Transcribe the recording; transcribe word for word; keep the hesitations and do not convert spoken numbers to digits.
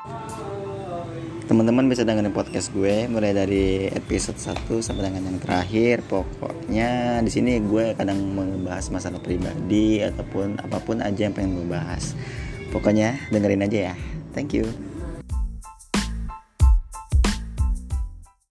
Teman-teman bisa dengerin podcast gue mulai dari episode satu sampai dengan yang terakhir. Pokoknya di sini gue kadang membahas masalah pribadi ataupun apapun aja yang pengen gue bahas. Pokoknya dengerin aja ya. Thank you.